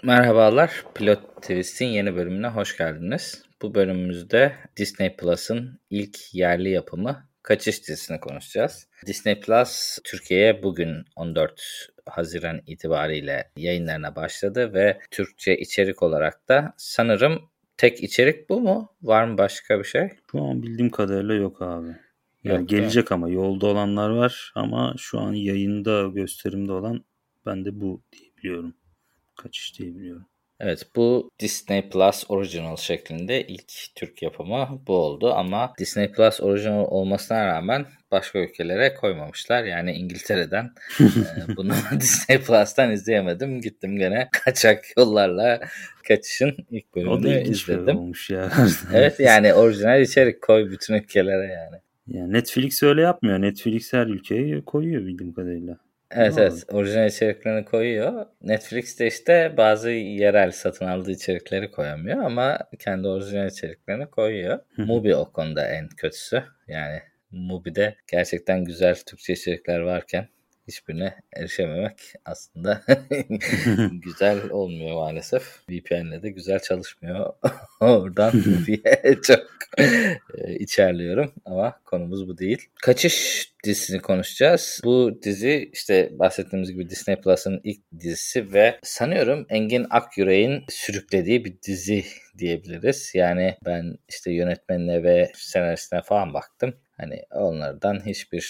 Merhabalar, Pilot Twist'in yeni bölümüne hoş geldiniz. Bu bölümümüzde Disney Plus'ın ilk yerli yapımı Kaçış dizisini konuşacağız. Disney Plus Türkiye'ye bugün 14 Haziran itibariyle yayınlarına başladı ve Türkçe içerik olarak da sanırım tek içerik bu mu? Var mı başka bir şey? Şu an bildiğim kadarıyla yok abi. Yani Yok, gelecek ama yolda olanlar var ama şu an yayında gösterimde olan ben de bu diye biliyorum. Kaçış diye biliyorum. Evet, bu Disney Plus Original şeklinde ilk Türk yapımı bu oldu ama Disney Plus Original olmasına rağmen başka ülkelere koymamışlar. Yani İngiltere'den bunu Disney Plus'tan izleyemedim. Gittim gene kaçak yollarla Kaçış'ın ilk O da bölümünü ilginç bir izledim. olmuş ya. Evet, yani orijinal içerik koy bütün ülkelere yani. Yani Netflix öyle yapmıyor. Netflix her ülkeye koyuyor bildiğim kadarıyla. Değil Evet mi abi? evet, orijinal içeriklerini koyuyor. Netflix de işte bazı yerel satın aldığı içerikleri koyamıyor ama kendi orijinal içeriklerini koyuyor. Mubi o konuda en kötüsü. Yani Mubi'de gerçekten güzel Türkçe içerikler varken hiçbirine erişememek aslında güzel olmuyor maalesef. VPN'le de güzel çalışmıyor. Oradan Mubi'ye çok içerliyorum ama konumuz bu değil. Kaçış dizisini konuşacağız. Bu dizi işte bahsettiğimiz gibi Disney Plus'ın ilk dizisi ve sanıyorum Engin Akyürek'in sürüklediği bir dizi diyebiliriz. Yani ben işte yönetmenine ve senaristine falan baktım. Hani onlardan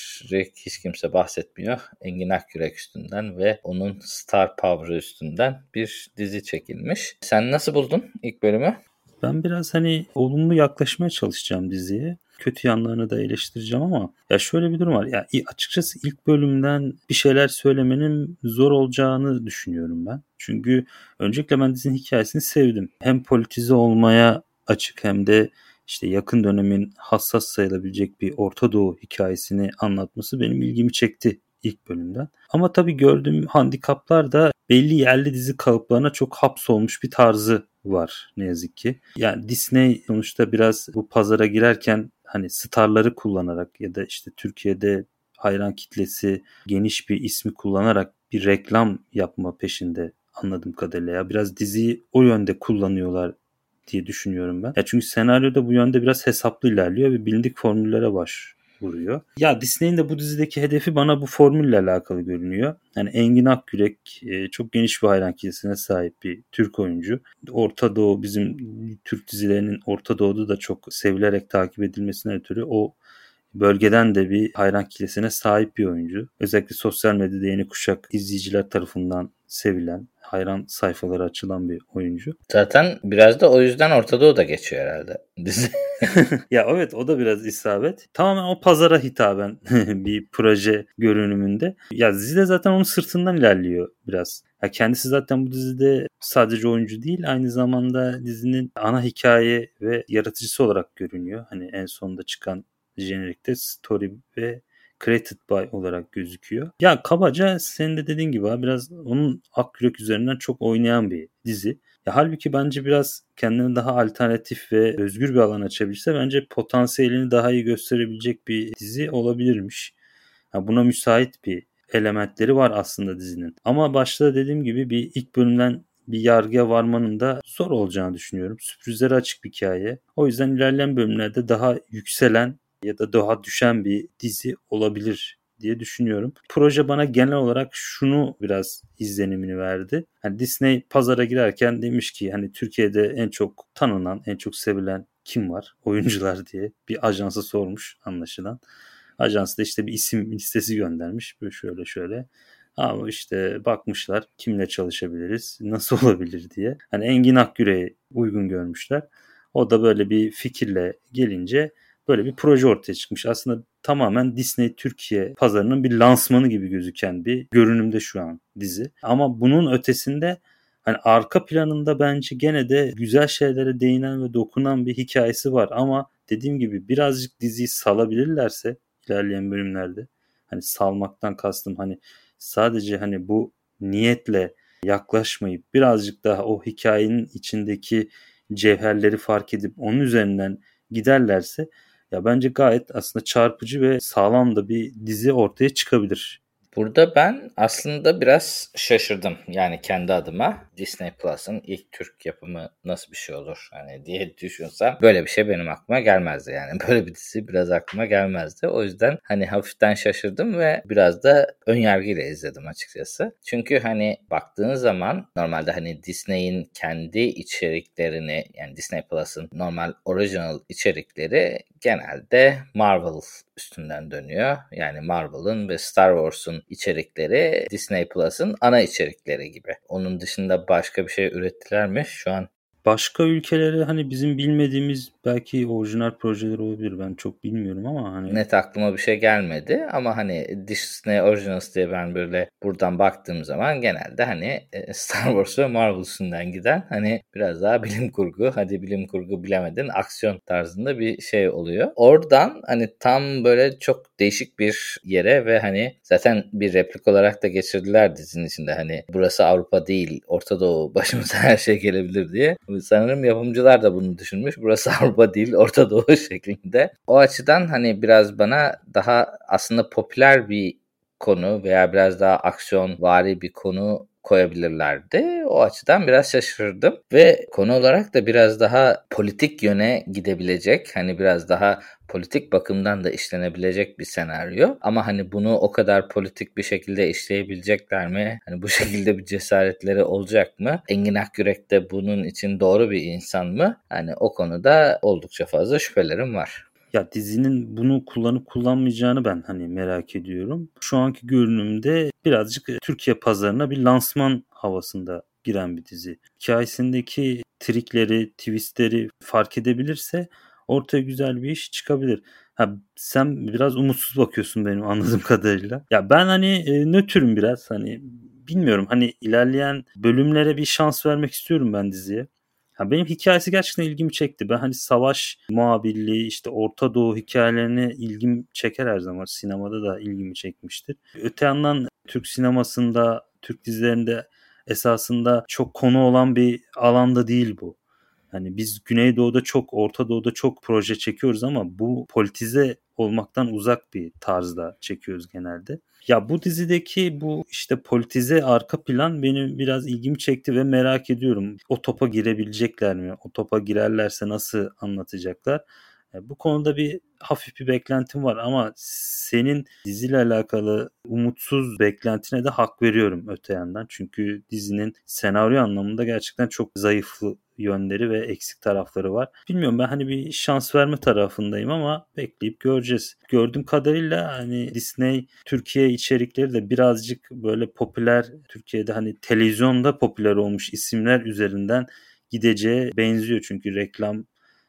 hiç kimse bahsetmiyor. Engin Akyürek üstünden ve onun star power'ı üstünden bir dizi çekilmiş. Sen nasıl buldun ilk bölümü? Ben biraz olumlu yaklaşmaya çalışacağım diziye. Kötü yanlarını da eleştireceğim ama ya şöyle bir durum var. Ya açıkçası ilk bölümden bir şeyler söylemenin zor olacağını düşünüyorum ben. Çünkü öncelikle ben dizinin hikayesini sevdim. Hem politize olmaya açık hem de işte yakın dönemin hassas sayılabilecek bir Orta Doğu hikayesini anlatması benim ilgimi çekti ilk bölümden. Ama tabii gördüğüm handikaplar da belli yerli dizi kalıplarına çok hapsolmuş bir tarzı var ne yazık ki. Yani Disney sonuçta biraz bu pazara girerken starları kullanarak ya da işte Türkiye'de hayran kitlesi geniş bir ismi kullanarak bir reklam yapma peşinde anladığım kadarıyla. Ya biraz diziyi o yönde kullanıyorlar diye düşünüyorum ben. Ya çünkü senaryoda bu yönde biraz hesaplı ilerliyor ve bilindik formüllere vuruyor. Ya Disney'in de bu dizideki hedefi bana bu formülle alakalı görünüyor. Yani Engin Akyürek çok geniş bir hayran kitlesine sahip bir Türk oyuncu. Orta Doğu bizim Türk dizilerinin Orta Doğu'da da çok sevilerek takip edilmesine ötürü o bölgeden de bir hayran kitlesine sahip bir oyuncu. Özellikle sosyal medyada yeni kuşak izleyiciler tarafından sevilen, hayran sayfaları açılan bir oyuncu. Zaten biraz da o yüzden Orta Doğu'da geçiyor herhalde dizi. Ya evet, o da biraz isabet. Tamamen o pazara hitaben bir proje görünümünde. Ya dizi de zaten onun sırtından ilerliyor biraz. Ya kendisi zaten bu dizide sadece oyuncu değil, aynı zamanda dizinin ana hikaye ve yaratıcısı olarak görünüyor. Hani en sonunda çıkan jenerikte story ve created by olarak gözüküyor. Ya kabaca senin de dediğin gibi abi, biraz onun Akyürek üzerinden çok oynayan bir dizi. Ya halbuki bence biraz kendine daha alternatif ve özgür bir alan açabilse bence potansiyelini daha iyi gösterebilecek bir dizi olabilirmiş. Ha, buna müsait bir elementleri var aslında dizinin. Ama başta dediğim gibi bir ilk bölümden bir yargıya varmanın da zor olacağını düşünüyorum. Sürprizlere açık bir hikaye. O yüzden ilerleyen bölümlerde daha yükselen ya da daha düşen bir dizi olabilir diye düşünüyorum. Proje bana genel olarak şunu biraz izlenimini verdi. Hani Disney pazara girerken demiş ki hani Türkiye'de en çok tanınan, en çok sevilen kim var? Oyuncular diye bir ajansa sormuş anlaşılan. Ajans da işte bir isim listesi göndermiş. Böyle şöyle şöyle. Ama işte bakmışlar kimle çalışabiliriz, nasıl olabilir diye. Hani Engin Akgüre'yi uygun görmüşler. O da böyle bir fikirle gelince böyle bir proje ortaya çıkmış. Aslında tamamen Disney Türkiye pazarının bir lansmanı gibi gözüken bir görünümde şu an dizi. Ama bunun ötesinde hani arka planında bence gene de güzel şeylere değinen ve dokunan bir hikayesi var. Ama dediğim gibi birazcık diziyi salabilirlerse ilerleyen bölümlerde, hani salmaktan kastım hani sadece hani bu niyetle yaklaşmayıp birazcık daha o hikayenin içindeki cevherleri fark edip onun üzerinden giderlerse ya bence gayet aslında çarpıcı ve sağlam da bir dizi ortaya çıkabilir Burada ben aslında biraz şaşırdım. Yani kendi adıma Disney Plus'ın ilk Türk yapımı nasıl bir şey olur hani diye düşünsem böyle bir şey benim aklıma gelmezdi yani. Böyle bir dizi biraz aklıma gelmezdi. O yüzden hani hafiften şaşırdım ve biraz da önyargıyla izledim açıkçası. Çünkü hani baktığın zaman normalde hani Disney'in kendi içeriklerini yani Disney Plus'ın normal original içerikleri genelde Marvel üstünden dönüyor. Yani Marvel'ın ve Star Wars'un içerikleri Disney Plus'ın ana içerikleri gibi. Onun dışında başka bir şey ürettiler mi? Şu an Başka ülkelere hani bizim bilmediğimiz belki orijinal projeler olabilir. Ben çok bilmiyorum ama hani net aklıma bir şey gelmedi ama hani Disney Originals diye ben böyle buradan baktığım zaman genelde hani Star Wars ve Marvel üstünden giden hani biraz daha bilim kurgu, hadi bilim kurgu bilemedin aksiyon tarzında bir şey oluyor. Oradan hani tam böyle çok değişik bir yere ve hani zaten bir replik olarak da geçirdiler dizinin içinde hani burası Avrupa değil Orta Doğu başımıza her şey gelebilir diye. Sanırım yapımcılar da bunu düşünmüş. Burası Avrupa değil Orta Doğu şeklinde. O açıdan hani biraz bana daha aslında popüler bir konu veya biraz daha aksiyonvari bir konu koyabilirlerdi. O açıdan biraz şaşırdım ve konu olarak da biraz daha politik yöne gidebilecek, hani biraz daha politik bakımdan da işlenebilecek bir senaryo. Ama hani bunu o kadar politik bir şekilde işleyebilecekler mi? Hani bu şekilde bir cesaretleri olacak mı? Engin Akyürek de bunun için doğru bir insan mı? Hani o konuda oldukça fazla şüphelerim var. ya dizinin bunu kullanıp kullanmayacağını ben hani merak ediyorum. Şu anki görünümde birazcık Türkiye pazarına bir lansman havasında giren bir dizi. Hikayesindeki trikleri, twistleri fark edebilirse ortaya güzel bir iş çıkabilir. Ha, sen biraz umutsuz bakıyorsun benim anladığım kadarıyla. Ya ben hani nötrüm biraz hani bilmiyorum hani ilerleyen bölümlere bir şans vermek istiyorum ben diziye. Ha, benim hikayesi gerçekten ilgimi çekti. Ben hani savaş muhabirliği işte Orta Doğu hikayelerine ilgim çeker her zaman. Sinemada da ilgimi çekmiştir. Öte yandan Türk sinemasında, Türk dizilerinde esasında çok konu olan bir alanda değil bu. Hani biz Güneydoğu'da çok, Orta Doğu'da çok proje çekiyoruz ama bu politize olmaktan uzak bir tarzda çekiyoruz genelde. Ya bu dizideki bu işte politize arka plan benim biraz ilgimi çekti ve merak ediyorum. O topa girebilecekler mi? O topa girerlerse nasıl anlatacaklar? Bu konuda bir hafif bir beklentim var ama senin diziyle alakalı umutsuz beklentine de hak veriyorum öte yandan. Çünkü dizinin senaryo anlamında gerçekten çok zayıf yönleri ve eksik tarafları var. Bilmiyorum, ben hani bir şans verme tarafındayım ama bekleyip göreceğiz. Gördüğüm kadarıyla hani Disney Türkiye içerikleri de birazcık böyle popüler, Türkiye'de hani televizyonda popüler olmuş isimler üzerinden gideceğe benziyor. Çünkü reklam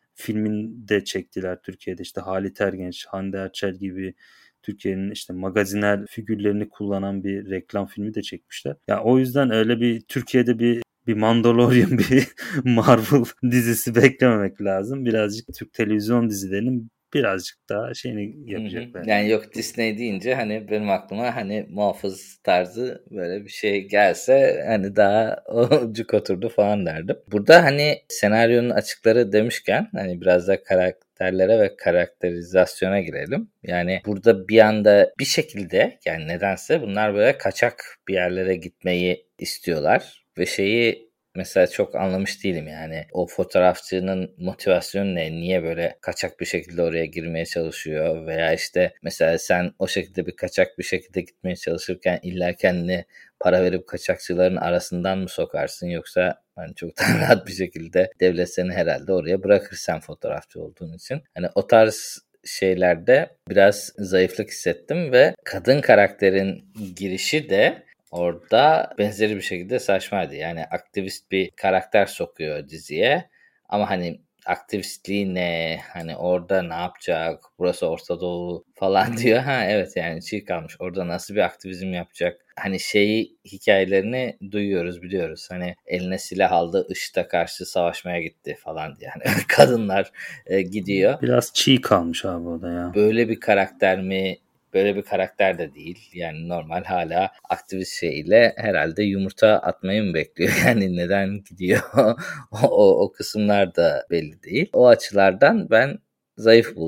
filminde çektiler Türkiye'de. İşte Halit Ergenç, Hande Erçel gibi Türkiye'nin işte magazinel figürlerini kullanan bir reklam filmi de çekmişler. Ya o yüzden öyle bir Türkiye'de bir Mandalorian, bir Marvel dizisi beklememek lazım. Birazcık Türk televizyon dizilerinin birazcık daha şeyini Hı hı. yapacaklar. Yani yok Disney deyince hani benim aklıma hani muhafız tarzı böyle bir şey gelse hani daha cuk oturdu falan derdim. Burada hani senaryonun açıkları demişken hani biraz da karakterlere ve karakterizasyona girelim. Yani burada bir anda bir şekilde yani nedense bunlar böyle kaçak bir yerlere gitmeyi istiyorlar ve şeyi mesela çok anlamış değilim yani. O fotoğrafçının motivasyonu ne? Niye böyle kaçak bir şekilde oraya girmeye çalışıyor? Veya işte mesela sen o şekilde bir kaçak bir şekilde gitmeye çalışırken illa kendini para verip kaçakçıların arasından mı sokarsın? Yoksa hani çok daha rahat bir şekilde devlet seni herhalde oraya bırakır sen fotoğrafçı olduğun için. Hani o tarz şeylerde biraz zayıflık hissettim ve kadın karakterin girişi de orada benzeri bir şekilde saçmaydı. Yani aktivist bir karakter sokuyor diziye. Ama hani aktivistliği ne? Hani orada ne yapacak? Burası Orta Doğu falan diyor. Ha evet yani çiğ kalmış. Orada nasıl bir aktivizm yapacak? Hani şeyi hikayelerini duyuyoruz biliyoruz. Hani eline silah aldı IŞİD'e karşı savaşmaya gitti falan diye. Yani kadınlar gidiyor. Biraz çiğ kalmış abi o da ya. Böyle bir karakter mi? Böyle bir karakter de değil. Yani normal hala aktivist şeyiyle herhalde yumurta atmayı mı bekliyor? Yani neden gidiyor? O kısımlar da belli değil. O açılardan ben zayıf buldum.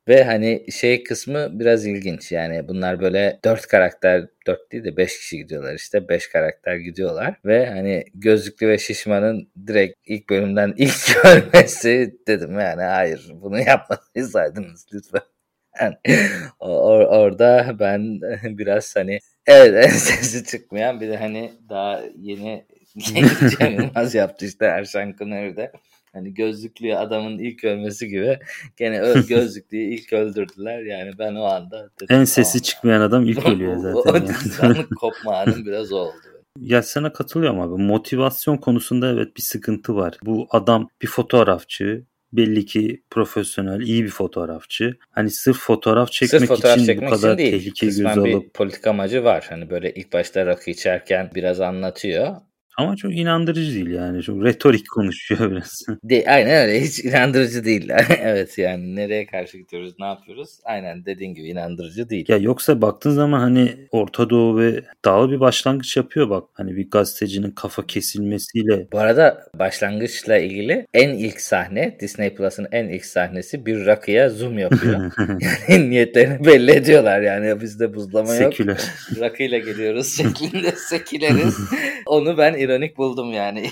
Ve hani şey kısmı biraz ilginç. Yani bunlar böyle 4 karakter, 4 değil de 5 kişi gidiyorlar işte. 5 karakter gidiyorlar ve hani gözlüklü ve şişmanın direkt ilk bölümden ilk görmesi, dedim yani hayır bunu yapmasaydınız lütfen. Yani orada ben biraz hani evet sesi çıkmayan, bir de hani daha yeni Cem Yılmaz yaptı işte Erşan Kuneri'de. Hani gözlüklü adamın ilk ölmesi gibi gene gözlüklüyü ilk öldürdüler. Yani ben o anda dedim En tamam sesi ya. çıkmayan adam ilk ölüyor zaten O yani. diziden kopma anım biraz oldu. Ya sana katılıyorum abi. Motivasyon konusunda evet bir sıkıntı var. Bu adam bir fotoğrafçı. Belli ki profesyonel, iyi bir fotoğrafçı. Hani sırf fotoğraf Sırf çekmek fotoğraf için bu çekmek için kadar değil. tehlikeyi göze Kısmen bir alıp politik amacı var. Hani böyle ilk başta rakı içerken biraz anlatıyor. ama çok inandırıcı değil yani. Çok retorik konuşuyor biraz. Aynen öyle. Hiç inandırıcı değil. Evet yani nereye karşı gidiyoruz, ne yapıyoruz? Aynen dediğin gibi inandırıcı değil. Ya yoksa baktığın zaman hani Orta Doğu ve iddialı bir başlangıç yapıyor bak. Hani bir gazetecinin kafa kesilmesiyle. Bu arada başlangıçla ilgili en ilk sahne, Disney Plus'ın en ilk sahnesi, bir rakıya zoom yapıyor. Yani niyetlerini belli ediyorlar yani, bizde buzlama yok. Seküler. Rakıyla geliyoruz şeklinde sekileriz. Onu ben ironik buldum yani.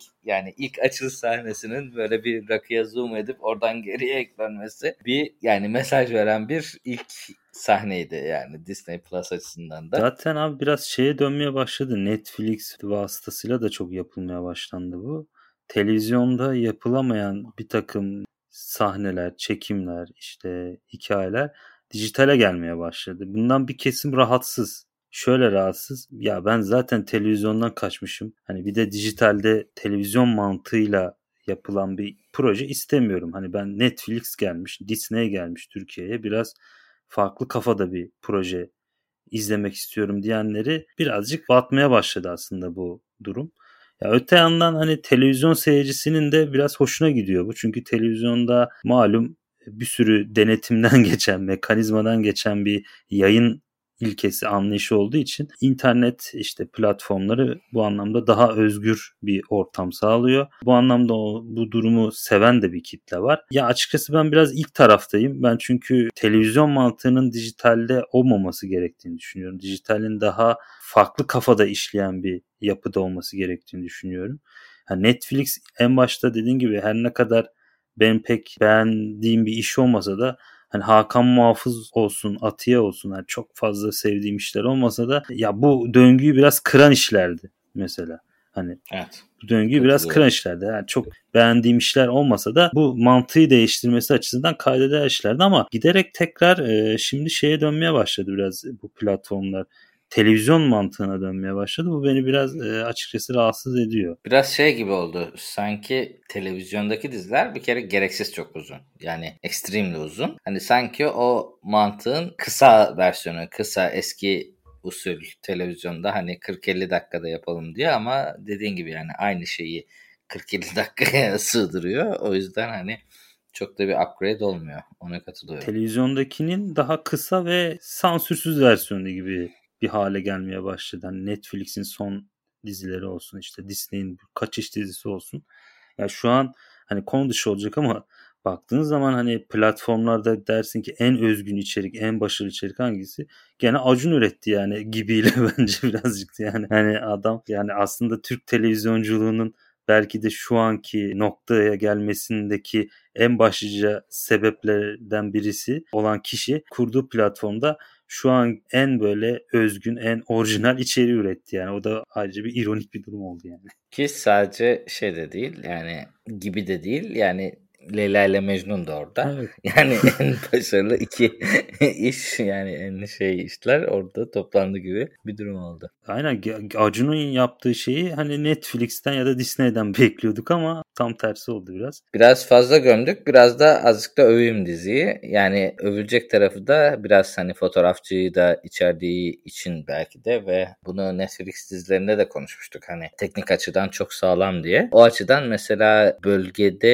ilk açılış sahnesinin böyle bir rakıya zoom edip oradan geriye eklenmesi bir yani mesaj veren bir ilk sahneydi yani Disney Plus açısından da. Zaten abi biraz şeye dönmeye başladı. Netflix vasıtasıyla da çok yapılmaya başlandı bu. Televizyonda yapılamayan bir takım sahneler, çekimler, işte hikayeler dijitale gelmeye başladı. Bundan bir kesim rahatsız. Şöyle rahatsız. Ya ben zaten televizyondan kaçmışım. Hani bir de dijitalde televizyon mantığıyla yapılan bir proje istemiyorum. Hani ben Netflix gelmiş, Disney gelmiş Türkiye'ye, biraz farklı kafada bir proje izlemek istiyorum diyenleri birazcık batmaya başladı aslında bu durum. Ya öte yandan hani televizyon seyircisinin de biraz hoşuna gidiyor bu. Çünkü televizyonda malum bir sürü denetimden geçen, mekanizmadan geçen bir yayın ilkesi, anlayışı olduğu için internet işte platformları bu anlamda daha özgür bir ortam sağlıyor. Bu anlamda bu durumu seven de bir kitle var. Ya açıkçası ben biraz ilk taraftayım. Ben çünkü televizyon mantığının dijitalde olmaması gerektiğini düşünüyorum. Dijitalin daha farklı kafada işleyen bir yapıda olması gerektiğini düşünüyorum. Netflix en başta dediğin gibi her ne kadar benim pek beğendiğim bir iş olmasa da hani Hakan Muhafız olsun, Atiye olsun, yani çok fazla sevdiğim işler olmasa da ya bu döngüyü biraz kıran işlerdi mesela. Hani Evet. bu döngüyü biraz kıran işlerdi. Yani çok beğendiğim işler olmasa da bu mantığı değiştirmesi açısından kaydeder işlerdi ama giderek tekrar şimdi şeye dönmeye başladı biraz bu platformlar. Televizyon mantığına dönmeye başladı. Bu beni biraz açıkçası rahatsız ediyor. Biraz şey gibi oldu. Sanki televizyondaki diziler bir kere gereksiz çok uzun. Yani extremely uzun. Hani sanki o mantığın kısa versiyonu, kısa eski usul televizyonda hani 40-50 dakikada yapalım diye, ama dediğin gibi yani aynı şeyi 40-50 dakikaya sığdırıyor. O yüzden hani çok da bir upgrade olmuyor. Ona katılıyorum. Televizyondakinin daha kısa ve sansürsüz versiyonu gibi bir hale gelmeye başladı. Hani Netflix'in son dizileri olsun, işte Disney'in kaçış dizisi olsun. Ya şu an hani konu dışı olacak ama baktığınız zaman hani platformlarda dersin ki en özgün içerik, en başarılı içerik hangisi? Gene Acun üretti yani Gibi'yle bence birazcık yani. Hani adam yani aslında Türk televizyonculuğunun belki de şu anki noktaya gelmesindeki en başlıca sebeplerden birisi olan kişi kurduğu platformda şu an en böyle özgün, en orijinal içeriği üretti yani. O da ayrıca bir ironik bir durum oldu yani. Ki sadece şey de değil yani, gibi de değil yani, Leyla ile Mecnun da orada. Evet. Yani en başarılı iki iş, yani en şey işler orada toplandı gibi bir durum oldu. Aynen, Acun'un yaptığı şeyi hani Netflix'ten ya da Disney'den bekliyorduk ama tam tersi oldu biraz. Biraz fazla gömdük, biraz da azıcık da öveyim diziyi. Yani övülecek tarafı da biraz hani fotoğrafçıyı da içerdiği için belki de, ve bunu Netflix dizilerinde de konuşmuştuk. Hani teknik açıdan çok sağlam diye. O açıdan mesela bölgede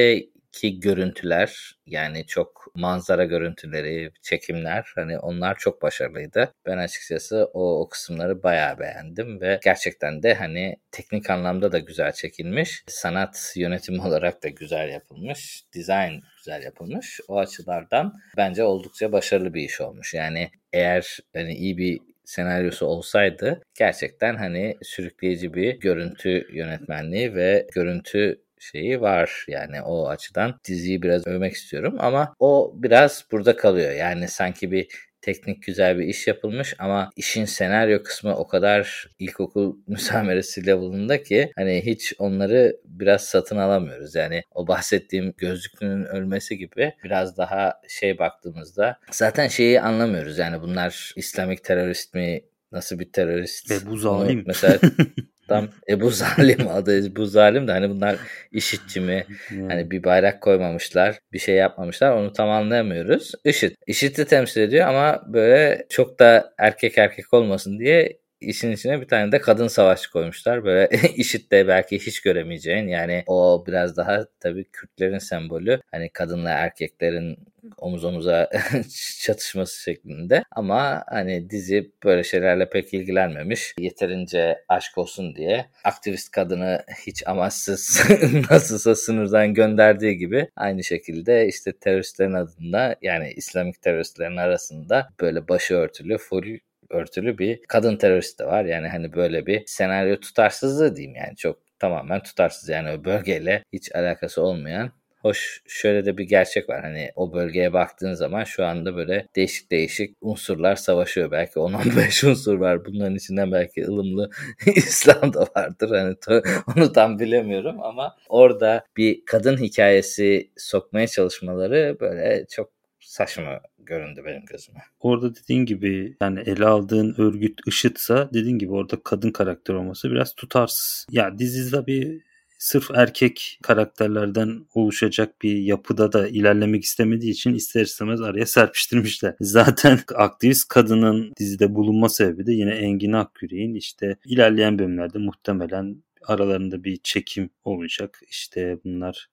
ki görüntüler, yani çok manzara görüntüleri, çekimler, hani onlar çok başarılıydı. Ben açıkçası o kısımları bayağı beğendim ve gerçekten de hani teknik anlamda da güzel çekilmiş. Sanat yönetimi olarak da güzel yapılmış. Dizayn güzel yapılmış. O açılardan bence oldukça başarılı bir iş olmuş. Yani eğer hani iyi bir senaryosu olsaydı gerçekten hani sürükleyici bir görüntü yönetmenliği ve görüntü şeyi var. Yani o açıdan diziyi biraz övmek istiyorum ama o biraz burada kalıyor. Yani sanki bir teknik güzel bir iş yapılmış ama işin senaryo kısmı o kadar ilkokul müsameresi level'ında ki hani hiç onları biraz satın alamıyoruz. Yani o bahsettiğim gözlüklünün ölmesi gibi biraz daha baktığımızda zaten şeyi anlamıyoruz. Yani bunlar İslamik terörist mi? Nasıl bir terörist? Bu Onu zalim. mesela tam Ebu Zalim adı Ebu Zalim de hani bunlar IŞİD'ci mi? Hani bir bayrak koymamışlar, bir şey yapmamışlar. Onu tam anlayamıyoruz. IŞİD'i temsil ediyor ama böyle çok da erkek olmasın diye işin içine bir tane de kadın savaşçı koymuşlar. Böyle IŞİD'de belki hiç göremeyeceğin, yani o biraz daha tabii Kürtlerin sembolü. Hani kadınla erkeklerin omuz omuza çatışması şeklinde. Ama hani dizi böyle şeylerle pek ilgilenmemiş. Yeterince aşk olsun diye aktivist kadını hiç amaçsız nasılsa sınırdan gönderdiği gibi aynı şekilde işte teröristlerin adında, yani İslamik teröristlerin arasında böyle başı örtülü, full örtülü bir kadın terörist de var. Yani hani böyle bir senaryo tutarsızlığı diyeyim, yani çok tamamen tutarsız, yani o bölgeyle hiç alakası olmayan. Hoş, şöyle de bir gerçek var. Hani o bölgeye baktığın zaman şu anda böyle değişik unsurlar savaşıyor. Belki 10-15 unsur var. Bunların içinden belki ılımlı İslam da vardır. Hani onu tam bilemiyorum ama orada bir kadın hikayesi sokmaya çalışmaları böyle çok saçma göründü benim gözüme. Orada dediğin gibi yani ele aldığın örgüt IŞİD'sa dediğin gibi orada kadın karakter olması biraz tutarsız. Ya dizide bir sırf erkek karakterlerden oluşacak bir yapıda da ilerlemek istemediği için ister istemez araya serpiştirmişler. Zaten aktivist kadının dizide bulunma sebebi de yine Engin Akgürek'in işte ilerleyen bölümlerde muhtemelen aralarında bir çekim olacak. İşte bunlar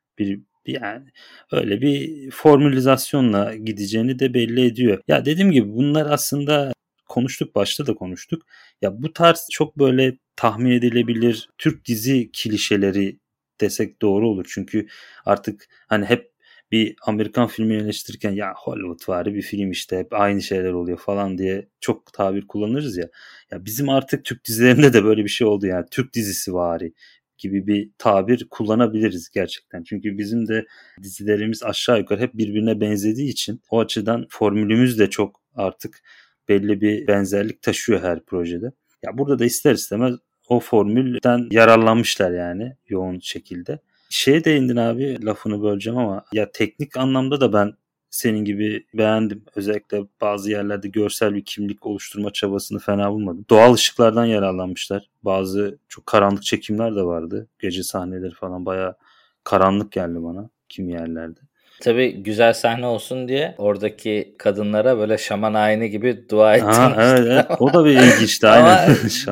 yani öyle bir formülizasyonla gideceğini de belli ediyor. Ya dediğim gibi bunlar aslında konuştuk, başta da konuştuk. Ya bu tarz çok böyle tahmin edilebilir Türk dizi klişeleri desek doğru olur. Çünkü artık hani hep bir Amerikan filmi eleştirirken ya Hollywoodvari bir film işte hep aynı şeyler oluyor falan diye çok tabir kullanırız ya. Ya bizim artık Türk dizilerinde de böyle bir şey oldu, yani Türk dizisi vari gibi bir tabir kullanabiliriz gerçekten. Çünkü bizim de dizilerimiz aşağı yukarı hep birbirine benzediği için o açıdan formülümüz de çok artık belli bir benzerlik taşıyor her projede. Ya burada da ister istemez o formülden yararlanmışlar yani yoğun şekilde. Şeye değindin abi, lafını böleceğim ama ya teknik anlamda da ben senin gibi beğendim. Özellikle bazı yerlerde görsel bir kimlik oluşturma çabasını fena bulmadım. Doğal ışıklardan yararlanmışlar. Bazı çok karanlık çekimler de vardı. Gece sahneleri falan bayağı karanlık geldi bana kimi yerlerde. Tabii güzel sahne olsun diye oradaki kadınlara böyle şaman ayini gibi dua ettirmişler. Evet. O da bir ilginçti ama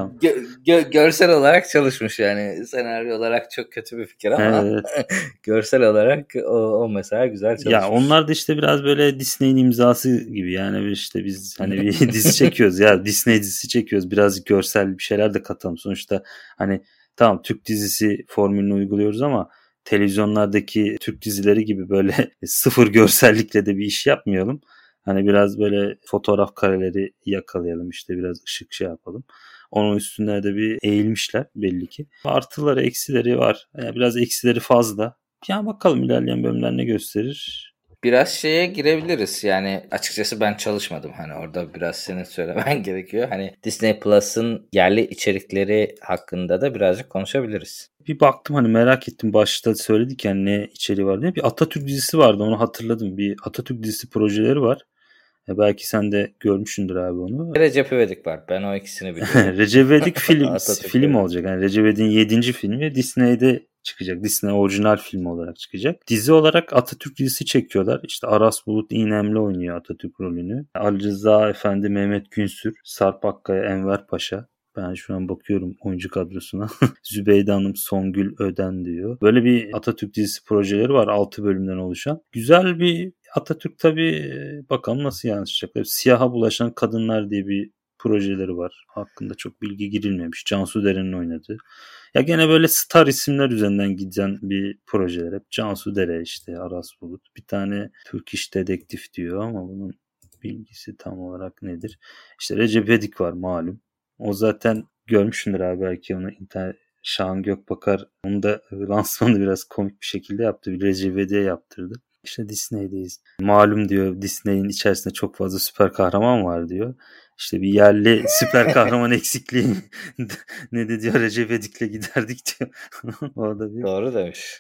aynen. görsel olarak çalışmış yani. Senaryo olarak çok kötü bir fikir ama Evet. görsel olarak o mesela güzel çalışmış. Ya onlar da işte biraz böyle Disney'in imzası gibi, yani işte biz hani bir dizi çekiyoruz ya, Disney dizisi çekiyoruz, biraz görsel bir şeyler de katalım. Sonuçta hani tamam Türk dizisi formülünü uyguluyoruz ama televizyonlardaki Türk dizileri gibi böyle sıfır görsellikle de bir iş yapmayalım. Hani biraz böyle fotoğraf kareleri yakalayalım, işte biraz ışık yapalım. Onun üstüne de bir eğilmişler belli ki. Artıları eksileri var. Yani biraz eksileri fazla. Ya bakalım ilerleyen bölümler ne gösterir. Biraz şeye girebiliriz. Yani açıkçası ben çalışmadım. Hani orada biraz senin söylemen gerekiyor. Hani Disney Plus'ın yerli içerikleri hakkında da birazcık konuşabiliriz. Bir baktım, hani merak ettim. Başta söyledik yani ne içeriği var diye. Bir Atatürk dizisi vardı, onu hatırladım. Bir Atatürk dizisi projeleri var. Belki sen de görmüşsündür abi onu. Recep İvedik var. Ben o ikisini biliyorum. Recep İvedik film olacak. Yani Recep İvedik'in 7. filmi Disney'de çıkacak. Disney orijinal filmi olarak çıkacak. Dizi olarak Atatürk dizisi çekiyorlar. İşte Aras Bulut İynemli oynuyor Atatürk rolünü. Ali Rıza Efendi, Mehmet Günsür, Sarp Akkaya, Enver Paşa. Ben şu an bakıyorum oyuncu kadrosuna. Zübeyde Hanım, Songül Öden diyor. Böyle bir Atatürk dizisi projeleri var 6 bölümden oluşan. Güzel bir Atatürk tabii, bakalım nasıl yansıyacak. Siyaha Bulaşan Kadınlar diye bir projeleri var. Hakkında çok bilgi girilmemiş. Cansu Deren'in oynadığı. Ya gene böyle star isimler üzerinden giden bir projeler. Hep Cansu Dere işte, Aras Bulut. Bir tane Türk İş Dedektif diyor ama bunun bilgisi tam olarak nedir? İşte Recep İvedik var malum. O zaten görmüşsündür abi belki onu internet. Şahan Gökbakar onu da lansmanı biraz komik bir şekilde yaptı. Bir Recep İvedik'e yaptırdı. İşte Disney'deyiz. Malum diyor, Disney'in içerisinde çok fazla süper kahraman var diyor. İşte bir yerli süper kahraman eksikliği ne de diyor, Recep İvedik'le giderdik diyor. O da bir... Doğru demiş.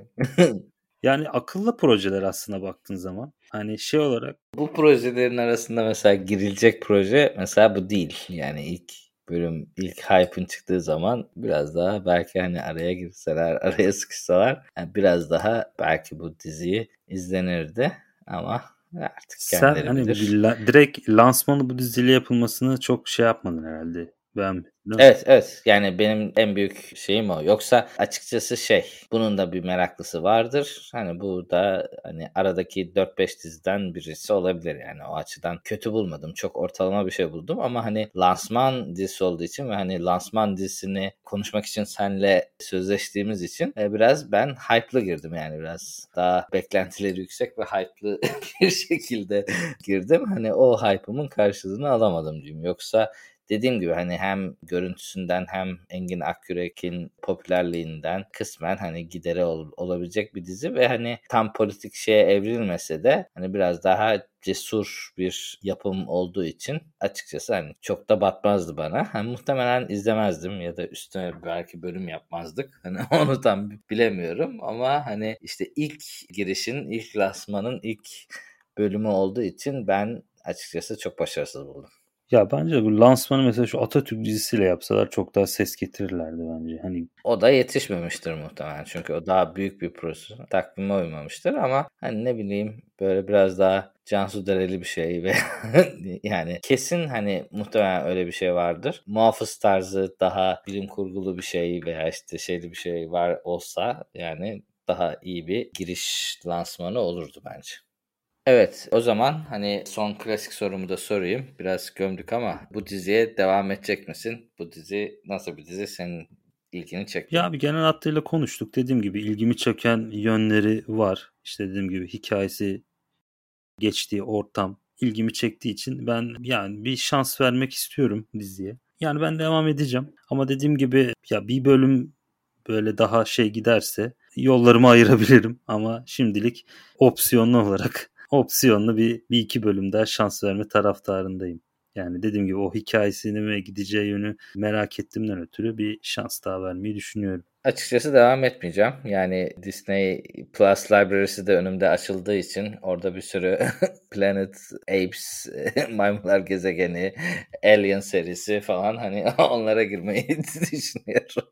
Yani akıllı projeler aslında baktığın zaman. Hani şey olarak. Bu projelerin arasında mesela girilecek proje mesela bu değil. Yani ilk bölüm, ilk hype'ın çıktığı zaman biraz daha belki hani araya girseler, araya sıkışsalar yani biraz daha belki bu diziyi izlenirdi ama artık kendileri Sen hani bilir. direkt lansmanı bu diziyle yapılmasını çok şey yapmadın herhalde. Ben Evet. Yani benim en büyük şeyim o. Yoksa açıkçası bunun da bir meraklısı vardır. Hani bu da hani aradaki 4-5 diziden birisi olabilir yani. O açıdan kötü bulmadım. Çok ortalama bir şey buldum ama hani lansman dizisi olduğu için ve hani lansman dizisini konuşmak için seninle sözleştiğimiz için biraz ben hype'lı girdim yani, biraz daha beklentileri yüksek ve hype'lı bir şekilde girdim. Hani o hype'ımın karşılığını alamadım diyeyim. Yoksa dediğim gibi hani hem görüntüsünden hem Engin Akyürek'in popülerliğinden kısmen hani gideri olabilecek bir dizi ve hani tam politik şeye evrilmese de hani biraz daha cesur bir yapım olduğu için açıkçası hani çok da batmazdı bana. Hani muhtemelen izlemezdim ya da üstüne belki bölüm yapmazdık. Hani onu tam bilemiyorum ama hani işte ilk girişin, ilk lansmanın ilk bölümü olduğu için ben açıkçası çok başarısız buldum. Ya bence bu lansmanı mesela şu Atatürk dizisiyle yapsalar çok daha ses getirirlerdi bence. Hani o da yetişmemiştir muhtemelen çünkü o daha büyük bir prodüksiyon. Takvime uymamıştır ama hani ne bileyim böyle biraz daha Cansu Dereli bir şey ve yani kesin hani muhtemelen öyle bir şey vardır. Muhafız tarzı daha bilim kurgulu bir şey veya işte şeyli bir şey var olsa yani daha iyi bir giriş lansmanı olurdu bence. Evet, o zaman hani son klasik sorumu da sorayım. Biraz gömdük ama bu diziye devam edecek misin? Bu dizi nasıl bir dizi? Senin ilgini çekti mi? ya bir genel hatlarıyla konuştuk. Dediğim gibi ilgimi çeken yönleri var. İşte dediğim gibi hikayesi, geçtiği ortam ilgimi çektiği için ben yani bir şans vermek istiyorum diziye. Yani ben devam edeceğim. Ama dediğim gibi ya bir bölüm böyle daha şey giderse yollarımı ayırabilirim. Ama şimdilik opsiyonlu olarak opsiyonlu bir iki bölüm daha şans verme taraftarındayım. Yani dediğim gibi o hikayesini ve gideceği yönü merak ettiğimden ötürü bir şans daha vermeyi düşünüyorum. Açıkçası devam etmeyeceğim. Yani Disney Plus Library'si de önümde açıldığı için orada bir sürü Planet Apes, Maymunlar Gezegeni, Alien serisi falan hani onlara girmeyi düşünüyorum.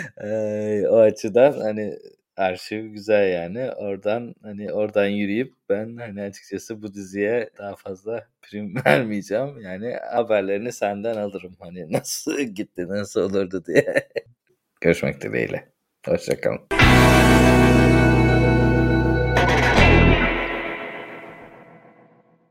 O açıdan hani arşiv güzel yani. Oradan yürüyüp ben hani açıkçası bu diziye daha fazla prim vermeyeceğim. Yani haberlerini senden alırım. Hani nasıl gitti, nasıl olurdu diye. Görüşmek dileğiyle. Hoşça kalın.